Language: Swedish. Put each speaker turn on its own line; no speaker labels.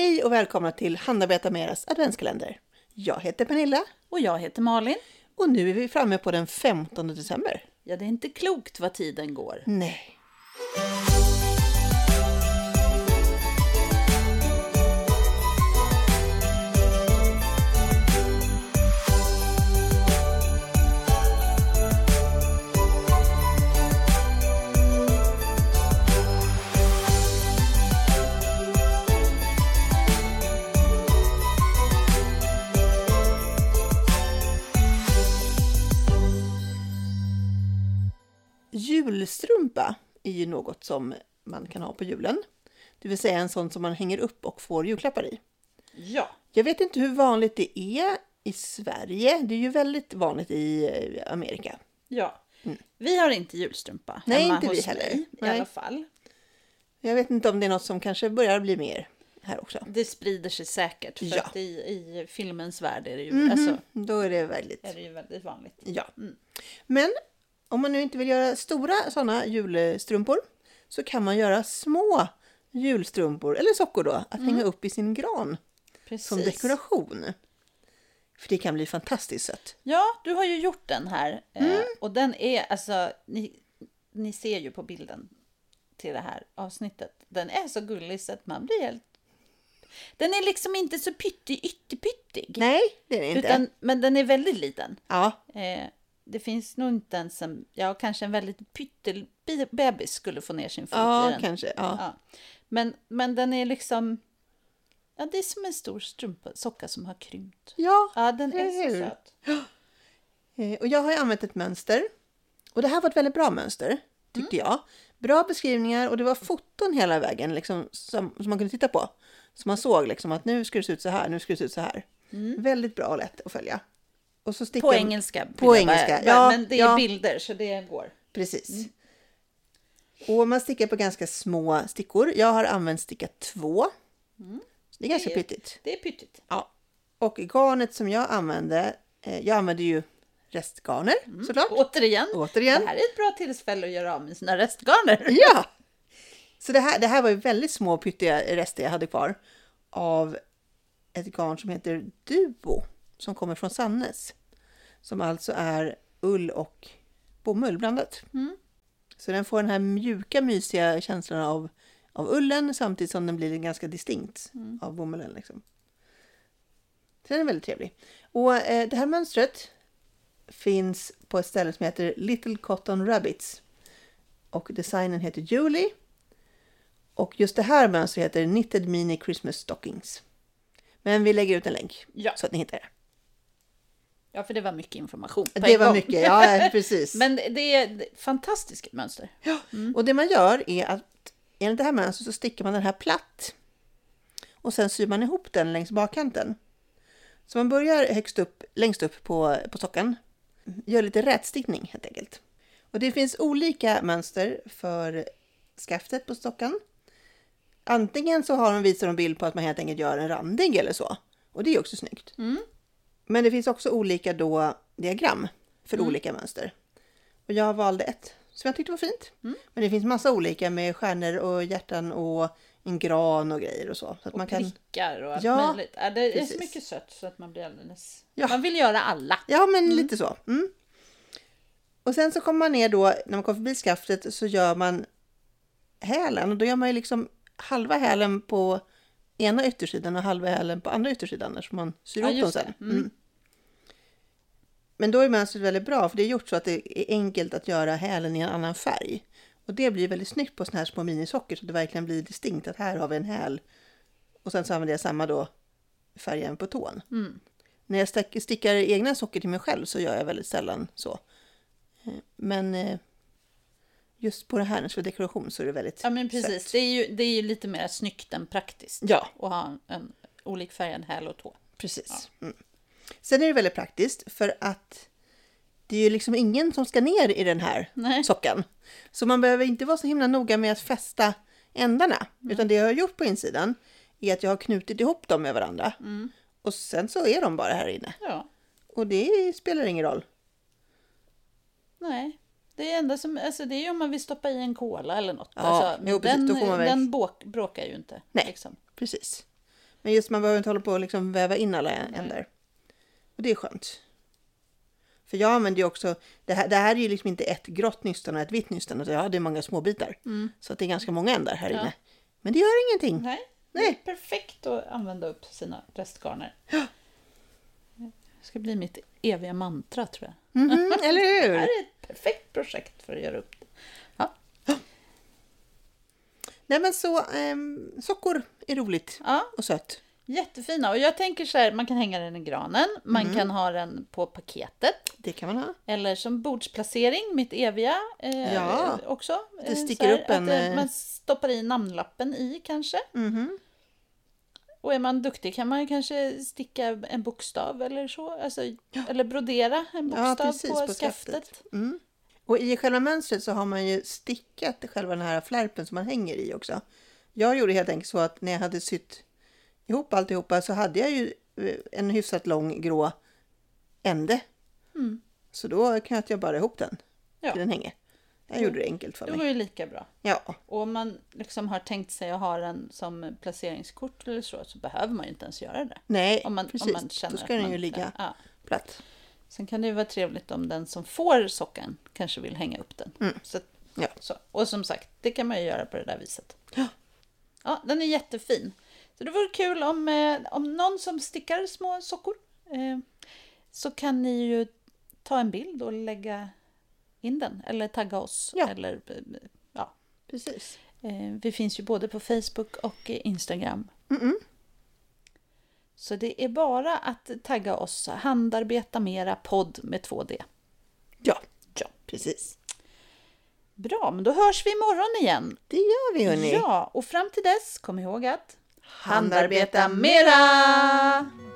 Hej och välkomna till Handarbeta med eras adventskalender. Jag heter Pernilla.
Och jag heter Malin.
Och nu är vi framme på den 15 december.
Ja, det är inte klokt vad tiden går.
Nej. Julstrumpa är ju något som man kan ha på julen. Det vill säga en sån som man hänger upp och får julklappar i.
Ja.
Jag vet inte hur vanligt det är i Sverige. Det är ju väldigt vanligt i Amerika.
Ja. Vi har inte julstrumpa.
Nej,
hemma
inte
hos
vi heller.
mig,
Nej.
I alla fall.
Jag vet inte om det är något som kanske börjar bli mer här också.
Det sprider sig säkert. För
Ja.
att i filmens värld är det ju, alltså,
Då är det väldigt...
är det ju väldigt vanligt.
Ja. Men om man nu inte vill göra stora sådana julstrumpor så kan man göra små julstrumpor eller sockor då att hänga upp i sin gran
Precis.
som dekoration. För det kan bli fantastiskt sött.
Ja, du har ju gjort den här. Och den är, alltså, ni ser ju på bilden till det här avsnittet. Den är så gullig så att man blir helt... Den är liksom inte så pyttig.
Nej, det är det inte.
Men den är väldigt liten.
Ja,
Det finns nog inte ens kanske en väldigt pyttelbebis skulle få ner sin fot i
ja
den.
kanske. Ja.
Ja. Men den är liksom, det är som en stor socka som har krympt.
Ja,
Ja, den är så
hur?
söt.
Och jag har ju använt ett mönster. Och det här var ett väldigt bra mönster, tyckte jag. Bra beskrivningar och det var foton hela vägen liksom, som man kunde titta på. Så man såg liksom att nu ska det se ut så här, nu ska det se ut så här. Väldigt bra och lätt att följa. Och så
På engelska.
På engelska, ja.
Men det är bilder så det går.
Precis. Och man stickar på ganska små stickor. Jag har använt sticka 2. Så det är ganska pyttigt.
Det är pyttigt.
Ja. Och garnet som jag använde ju restgarner såklart.
Återigen. Det här är ett bra tillfälle att göra av med sina restgarner.
Ja! Så det här var ju väldigt små pyttiga rester jag hade kvar av ett garn som heter Duo som kommer från Sannes. Som alltså är ull och bomull blandat. Så den får den här mjuka, mysiga känslan av ullen samtidigt som den blir ganska distinkt av bomullen. Liksom. Så den är väldigt trevlig. Och det här mönstret finns på ett ställe som heter Little Cotton Rabbits. Och designen heter Julie. Och just det här mönstret heter Knitted Mini Christmas Stockings. Men vi lägger ut en länk så att ni hittar det.
Ja, för det var mycket information.
Det var mycket, ja precis.
Men det är ett fantastiskt mönster.
Ja, och det man gör är att enligt det här mönstret så stickar man den här platt. Och sen syr man ihop den längs bakkanten. Så man börjar längst upp på sockan. Gör lite rätstickning helt enkelt. Och det finns olika mönster för skaftet på sockan. Antingen så visar de bild på att man helt enkelt gör en randig eller så. Och det är också snyggt. Men det finns också olika diagram för olika mönster. Och jag valde ett som jag tyckte var fint. Men det finns massa olika med stjärnor och hjärtan och en gran och grejer och så. Så att
och
man kan...
prickar och allt möjligt. Det är så mycket sött så att man blir alldeles...
Ja.
Man vill göra alla.
Ja, men lite så. Och sen så kommer man ner då, när man kommer förbi skaftet så gör man hälen. Och då gör man ju liksom halva hälen på ena yttersidan och halva hälen på andra yttersidan. Där så man syr ihop dem sen. Men då är mönstret väldigt bra för det är gjort så att det är enkelt att göra hälen i en annan färg. Och det blir väldigt snyggt på såna här små minisocker så att det verkligen blir distinkt att här har vi en häl. Och sen så använder jag samma då färgen på tån. När jag stickar egna socker till mig själv så gör jag väldigt sällan så. Men just på det här för dekoration så är det väldigt
Ja, men precis.
sött.
Det är ju lite mer snyggt än praktiskt.
Ja.
Att ha en olikfärgad häl och tå.
Precis. Sen är det väldigt praktiskt för att det är ju liksom ingen som ska ner i den här sockan. Så man behöver inte vara så himla noga med att fästa ändarna. Utan det jag har gjort på insidan är att jag har knutit ihop dem med varandra. Och sen så är de bara här inne.
Ja.
Och det spelar ingen roll.
Nej. Det är enda som, alltså det är ju om man vill stoppa i en kola eller något.
Ja,
alltså,
jo, precis, då får man väl...
den bråkar ju inte.
Nej,
liksom.
precis. Men just man behöver inte hålla på och liksom väva in alla ändar. Och det är skönt. För jag använder ju också, det här är ju liksom inte ett grått nystan och ett vitt nystan. Det är många små bitar. Så att det är ganska många ändar här inne. Men det gör ingenting.
Nej, det är perfekt att använda upp sina restgarner.
Ja.
Det ska bli mitt eviga mantra, tror jag.
Eller hur?
Det här är ett perfekt projekt för att göra upp det. Ja.
Nej men så, sockor är roligt och sött.
Jättefina. Och jag tänker så här, man kan hänga den i granen. Man kan ha den på paketet.
Det kan man ha.
Eller som bordsplacering, mitt eviga också.
Det sticker upp
att man stoppar i namnlappen i kanske. Och är man duktig kan man kanske sticka en bokstav eller så. Alltså, eller brodera en bokstav på skaftet.
Och i själva mönstret så har man ju stickat själva den här flärpen som man hänger i också. Jag gjorde helt enkelt så att när jag hade sytt ihop alltihopa så hade jag ju en hyfsat lång grå ände. Så då knöt jag bara ihop den till den hänger. Jag gjorde det enkelt för mig.
Det var ju lika bra.
Ja.
Och om man liksom har tänkt sig att ha den som placeringskort eller så behöver man ju inte ens göra det.
Nej,
om man känner
då ska den ju ligga platt.
Sen kan det ju vara trevligt om den som får sockan kanske vill hänga upp den. Så. Och som sagt, det kan man ju göra på det där viset. Ja, den är jättefin. Så det vore kul om någon som stickar små sockor så kan ni ju ta en bild och lägga in den. Eller tagga oss. Eller,
precis.
Vi finns ju både på Facebook och Instagram. Så det är bara att tagga oss Handarbeta Mera podd med 2D.
Ja, precis.
Bra, men då hörs vi imorgon igen.
Det gör vi, hörni.
Ja, och fram till dess, kom ihåg att handarbeta mera!